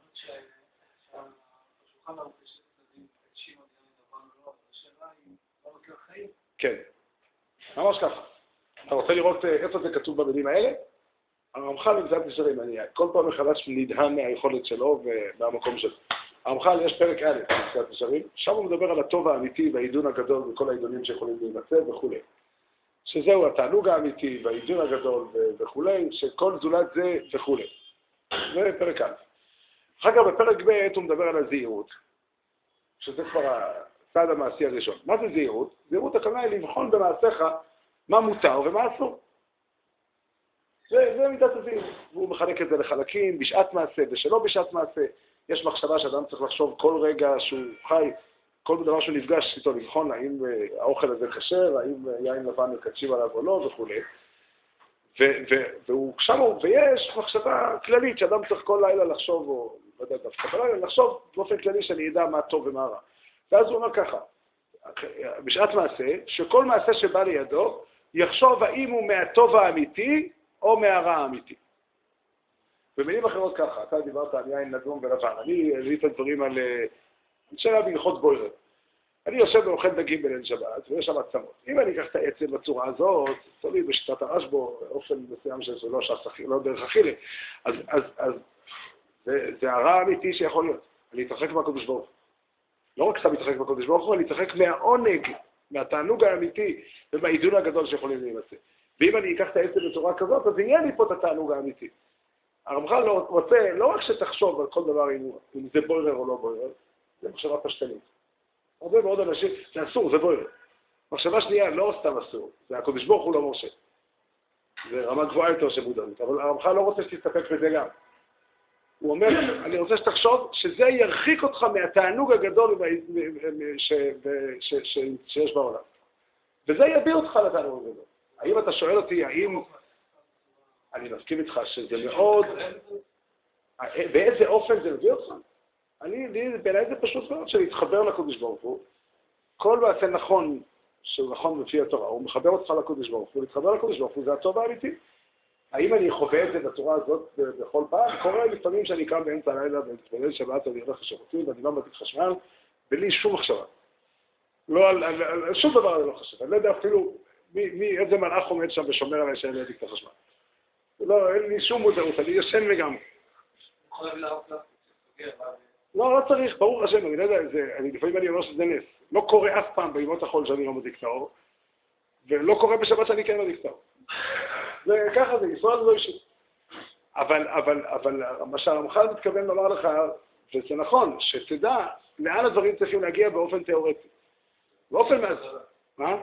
כן. ממש ככה. אתה רוצה לראות איפה זה כתוב במילים האלה? הרמח"ל נמצא נשארים, אני כל פעם מחדש נדהם מהיכולת שלו ומהמקום שלו. הרמח"ל יש פרק א', נמצא נשארים, שם הוא מדבר על הטוב האמיתי והעידון הגדול וכל העידונים שיכולים להימצא וכו'. שזהו התענוג האמיתי והעידון הגדול וכו', שכל זולת זה וכו'. זה פרק א'. אחר כך בפרק ב' הוא מדבר על הזהירות, שזה כבר הצעד המעשי הראשון. מה זה זהירות? זהירות הכוונה היא לבחון במעשיך מה מותר ומה אסור. זה, זה מידת הזהירות. והוא מחלק את זה לחלקים, בשעת מעשה ושלא בשעת מעשה. יש מחשבה שאדם צריך לחשוב כל רגע שהוא חי, כל דבר שהוא נפגש איתו לבחון, האם האוכל הזה כשר, האם יין לבן מקדשים עליו או לא וכו'. והוא שם, ויש מחשבה כללית שאדם צריך כל לילה לחשוב, או לא יודע, דווקא בלילה, לחשוב באופן כללי שאני אדע מה טוב ומה רע. ואז הוא אומר ככה, בשעת מעשה, שכל מעשה שבא לידו, יחשוב האם הוא מהטוב האמיתי או מהרע האמיתי. במילים אחרות ככה, אתה דיברת על יין נדום ולבן, אני הביא את הדברים על שאלה בהלכות בוירר. אני יושב ואוכל דגים בליל שבת, ויש שם עצמות. אם אני אקח את העצם בצורה הזאת, תולי בשיטת הרשב"א, באופן מסוים שזה לא ש"ס, לא דרך אכילה, אז, אז, אז זה, זה הרע האמיתי שיכול להיות. אני אתרחק מהקדוש ברוך הוא. לא רק שאתה מתרחק מהקדוש ברוך הוא, אני אתרחק מהעונג, מהתענוג האמיתי, ומהעידון הגדול שיכולים להימצא. ואם אני אקח את העצם בצורה כזאת, אז יהיה לי פה את התענוג האמיתי. הרמח"ל לא רוצה, לא רק שתחשוב על כל דבר, אם, אם זה בוירר או לא בוירר, זה מחשבה פשטנית. הרבה מאוד אנשים, זה אסור, זה בוירר. מחשבה שנייה, לא סתם אסור, זה הקדוש ברוך הוא לא מורשה. זה רמה גבוהה יותר שמודעות, אבל הרמח"ל לא רוצה שתסתפק בזה גם. הוא אומר, אני רוצה שתחשוב שזה ירחיק אותך מהתענוג הגדול שיש בעולם. וזה יביא אותך לתענוג הגדול. האם אתה שואל אותי, האם... אני מסכים איתך שזה מאוד... באיזה אופן זה מביא אותך? אני, בעיניי זה פשוט מאוד, שלהתחבר לקדוש ברוך הוא, כל מעשה נכון, שהוא נכון לפי התורה, הוא מחבר אותך לקדוש ברוך הוא, להתחבר לקדוש ברוך הוא, זה הטוב האמיתי. האם אני חווה את זה בצורה הזאת בכל פעם? קורה לפעמים שאני קם באמצע הלילה ובליל שבת אני הולך לשירותים ואני לא מדליק חשמל, בלי שום מחשבה. לא על, על, על, על שום דבר אני לא חושב. אני לא יודע אפילו מי, מי, איזה מלאך עומד שם ושומר עליי שאני לא אדליק את החשמל. לא, אין לי שום מודעות, אני ישן וגם. לא, לא צריך, ברור השם, אני לא יודע, זה, אני, לפעמים אני אומר שזה נס. לא קורה אף פעם בימות החול שאני לא מדליק את האור, ולא קורה בשבת שאני כן מדליק את האור. וככה זה, ישראל לא אישית. אבל, אבל, אבל מה שהרמח"ל מתכוון לומר לך, וזה נכון, שתדע לאן הדברים צריכים להגיע באופן תיאורטי. באופן מה זה? מה?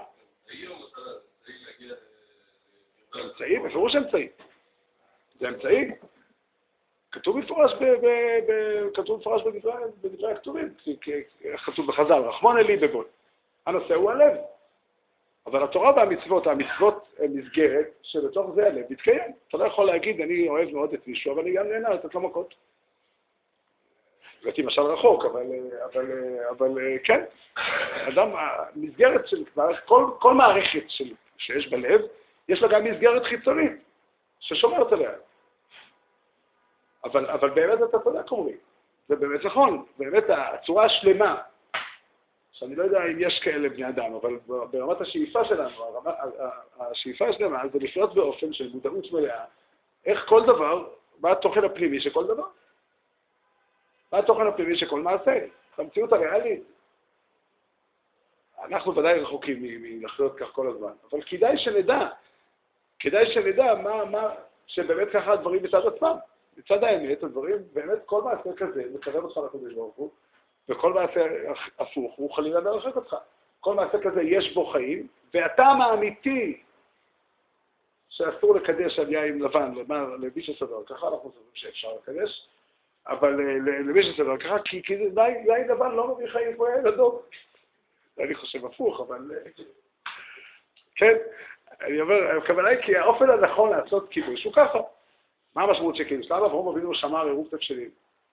אמצעי, בפירוש אמצעי. זה אמצעי. כתוב מפורש כתוב מפורש בדברי הכתובים, כתוב בחז"ל, רחמון אלי בגוי. הנושא הוא הלב. אבל התורה והמצוות, המצוות מסגרת שבתוך זה הלב מתקיים. אתה לא יכול להגיד, אני אוהב מאוד את מישהו, אבל אני גם נהנה לתת לו מכות. זה משל רחוק, אבל, אבל, אבל כן. אדם, המסגרת של, כל, כל מערכת של, שיש בלב, יש לה גם מסגרת חיצונית, ששומרת עליה. אבל, אבל באמת אתה צודק אומרים. זה באמת נכון, באמת הצורה השלמה, שאני לא יודע אם יש כאלה בני אדם, אבל ברמת השאיפה שלנו, הרמה, השאיפה שלנו זה לחיות באופן של מודעות מלאה. איך כל דבר, מה התוכן הפנימי של כל דבר? מה התוכן הפנימי של כל מעשה? המציאות הריאלית. אנחנו ודאי רחוקים מלחיות כך כל הזמן, אבל כדאי שנדע, כדאי שנדע מה, מה, שבאמת ככה הדברים בצד עצמם. בצד האמת, הדברים, באמת כל מעשה כזה מקרב אותך לקדוש ברוך הוא, וכל מעשה הפוך הוא חלילה להרחיק אותך. כל מעשה כזה יש בו חיים, והטעם האמיתי שאסור לקדש על יין לבן, למי שסדר ככה, אנחנו חושבים שאפשר לקדש, אבל למי שסדר ככה, כי יין לבן לא מביא חיים כמו יין אדום. אני חושב הפוך, אבל... כן, אני אומר, הכוונה היא כי האופן הנכון לעשות קידוש הוא ככה. מה המשמעות של קידוש? למה אברהם אבינו שמר עירוב תבשילים?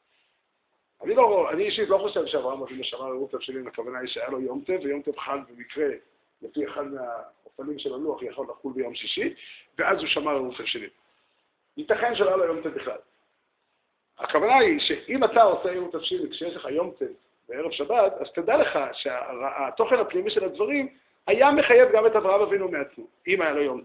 אני לא, אני אישית לא חושב שאברהם אבינו שמר עירוב תבשילים, הכוונה היא שהיה לו יום טב, ויום טב חל במקרה, לפי אחד מהאופנים של הלוח, יכול לחול ביום שישי, ואז הוא שמר עירוב תבשילים. ייתכן שלא היה לו יום טב בכלל. הכוונה היא שאם אתה עושה עירוב תבשילים כשיש לך יום טב בערב שבת, אז תדע לך שהתוכן הפנימי של הדברים היה מחייב גם את אברהם אבינו מעצמו, אם היה לו יום טב.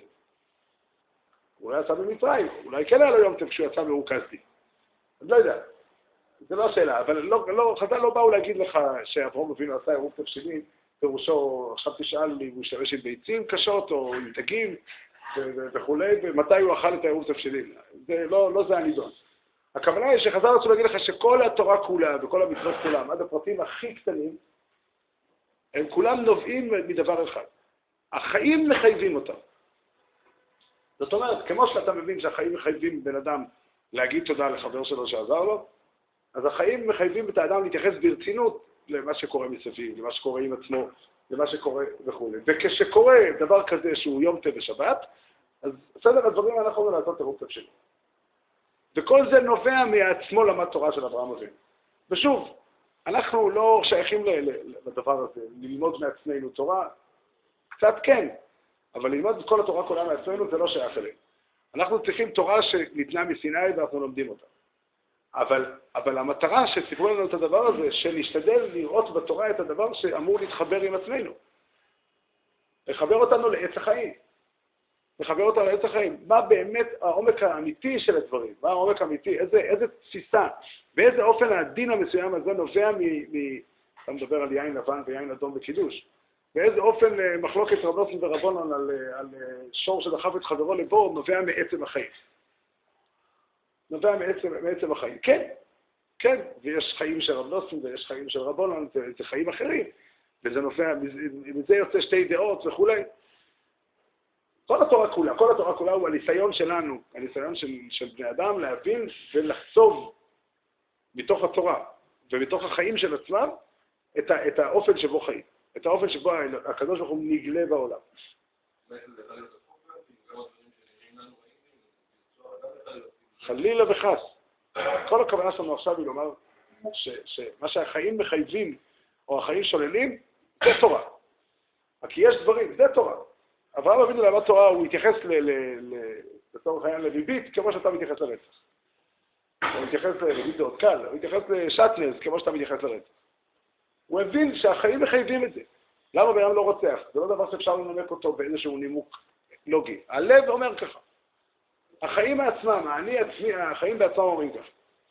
הוא היה יצא במצרים, אולי כן היה לו יום טב כשהוא יצא מאורקסדי. אני לא יודע, זה לא השאלה, אבל לא, לא, חז"ל לא באו להגיד לך שאברהם אבינו עשה עירוב תבשילים, פירושו, עכשיו תשאל אם הוא השתמש עם ביצים קשות או עם דגים וכולי, ומתי הוא אכל את העירוב תבשילים. זה לא, לא זה הנידון. הכוונה היא שחז"ל רצו להגיד לך שכל התורה כולה וכל המצוות כולם, עד הפרטים הכי קטנים, הם כולם נובעים מדבר אחד. החיים מחייבים אותם. זאת אומרת, כמו שאתה מבין שהחיים מחייבים בן אדם להגיד תודה לחבר שלו שעזר לו, אז החיים מחייבים את האדם להתייחס ברצינות למה שקורה מסביב, למה שקורה עם עצמו, למה שקורה וכו'. וכשקורה דבר כזה שהוא יום טב ושבת, אז בסדר הדברים אנחנו יכולים לעשות עירוב תבשילים. וכל זה נובע מעצמו למד תורה של אברהם אבינו. ושוב, אנחנו לא שייכים לדבר הזה, ללמוד מעצמנו תורה, קצת כן, אבל ללמוד את כל התורה כולה מעצמנו זה לא שייך אלינו. אנחנו צריכים תורה שניתנה מסיני ואנחנו לומדים אותה. אבל, אבל המטרה שסיפרו לנו את הדבר הזה, שנשתדל לראות בתורה את הדבר שאמור להתחבר עם עצמנו. לחבר אותנו לעץ החיים. לחבר אותנו לעץ החיים. מה באמת העומק האמיתי של הדברים? מה העומק האמיתי? איזה, איזה תפיסה? באיזה אופן הדין המסוים הזה נובע מ... מ אתה מדבר על יין לבן ויין אדום בקידוש. באיזה אופן מחלוקת רב נוסן ורבונן על, על שור שדחף את חברו לבור נובע מעצם החיים. נובע מעצם, מעצם החיים. כן, כן, ויש חיים של רב נוסן ויש חיים של רבונן, זה, זה חיים אחרים, וזה נובע, מזה יוצא שתי דעות וכו'. כל התורה כולה, כל התורה כולה הוא הניסיון שלנו, הניסיון של, של בני אדם להבין ולחצוב מתוך התורה ומתוך החיים של עצמם את, ה, את האופן שבו חיים, את האופן שבו הקדוש ברוך הוא נגלה בעולם. חלילה וחס. כל הכוונה שלנו עכשיו היא לומר ש, שמה שהחיים מחייבים או החיים שוללים זה תורה. כי יש דברים, זה תורה. אברהם אבינו למד תורה, הוא התייחס לצורך העניין לביבית כמו שאתה מתייחס לרצח. הוא מתייחס לביבית זה עוד קל, הוא מתייחס לשטנז כמו שאתה מתייחס לרצח. הוא הבין שהחיים מחייבים את זה. למה בן אדם לא רוצח? זה לא דבר שאפשר לנמק אותו באיזשהו נימוק לוגי. הלב אומר ככה. החיים בעצמם, אני עצמי, החיים בעצמם אומרים ככה.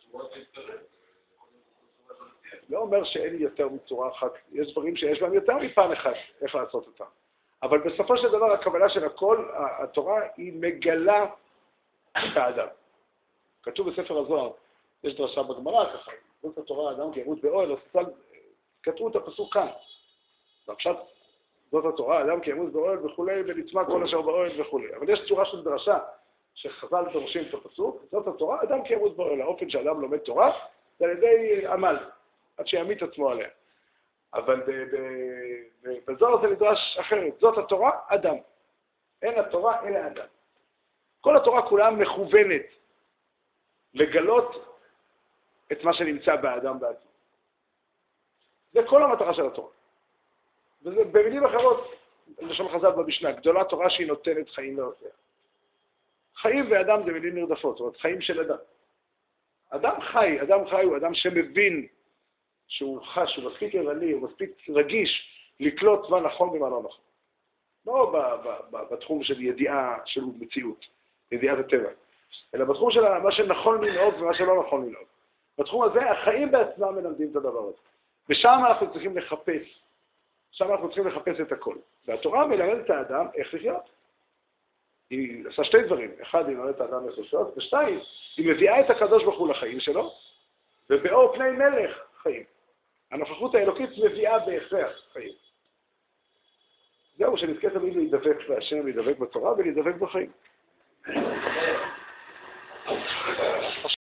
לא אומר שאין יותר מצורה אחת. יש דברים שיש בהם יותר מפעם אחד איך לעשות אותם. אבל בסופו של דבר, הכוונה של הכל, התורה היא מגלה את האדם. כתוב בספר הזוהר, יש דרשה בגמרא ככה, זאת התורה, האדם כימות באוהל, אז כתבו את הפסוק כאן. ועכשיו, זאת התורה, האדם כימות באוהל וכו', ונצמא כל אשר באוהל וכו'. אבל יש צורה של דרשה, שחז"ל דורשים את הפסוק, זאת התורה, אדם כימות באוהל. האופן שאדם לומד תורה, זה על ידי עמל, עד שימית עצמו עליה. אבל בזוהר זה נדרש אחרת. זאת התורה, אדם. אין התורה, אלא אדם. כל התורה כולה מכוונת לגלות את מה שנמצא באדם בעצמו. זה כל המטרה של התורה. וזה במילים אחרות, לשון חז"ל במשנה, גדולה תורה שהיא נותנת חיים לעושיה. חיים ואדם זה מילים נרדפות, זאת אומרת, חיים של אדם. אדם חי, אדם חי הוא אדם שמבין שהוא חש, הוא מספיק ערני, הוא מספיק רגיש לקלוט מה נכון ומה לא נכון. לא ב- ב- ב- בתחום של ידיעה של מציאות, ידיעת הטבע, אלא בתחום של מה שנכון לנהוג ומה שלא נכון לנהוג. בתחום הזה החיים בעצמם מלמדים את הדבר הזה. ושם אנחנו צריכים לחפש, שם אנחנו צריכים לחפש את הכל. והתורה מלמדת את האדם איך לחיות. היא עושה שתי דברים. אחד, היא מלמדת את האדם איך לחיות, ושתיים, היא מביאה את הקדוש ברוך הוא לחיים שלו, ובאור פני מלך חיים. הנוכחות האלוקית מביאה בהכרח חיים. זהו, שנזכה תמיד להידבק בהשם, להידבק בתורה ולהידבק בחיים. כן.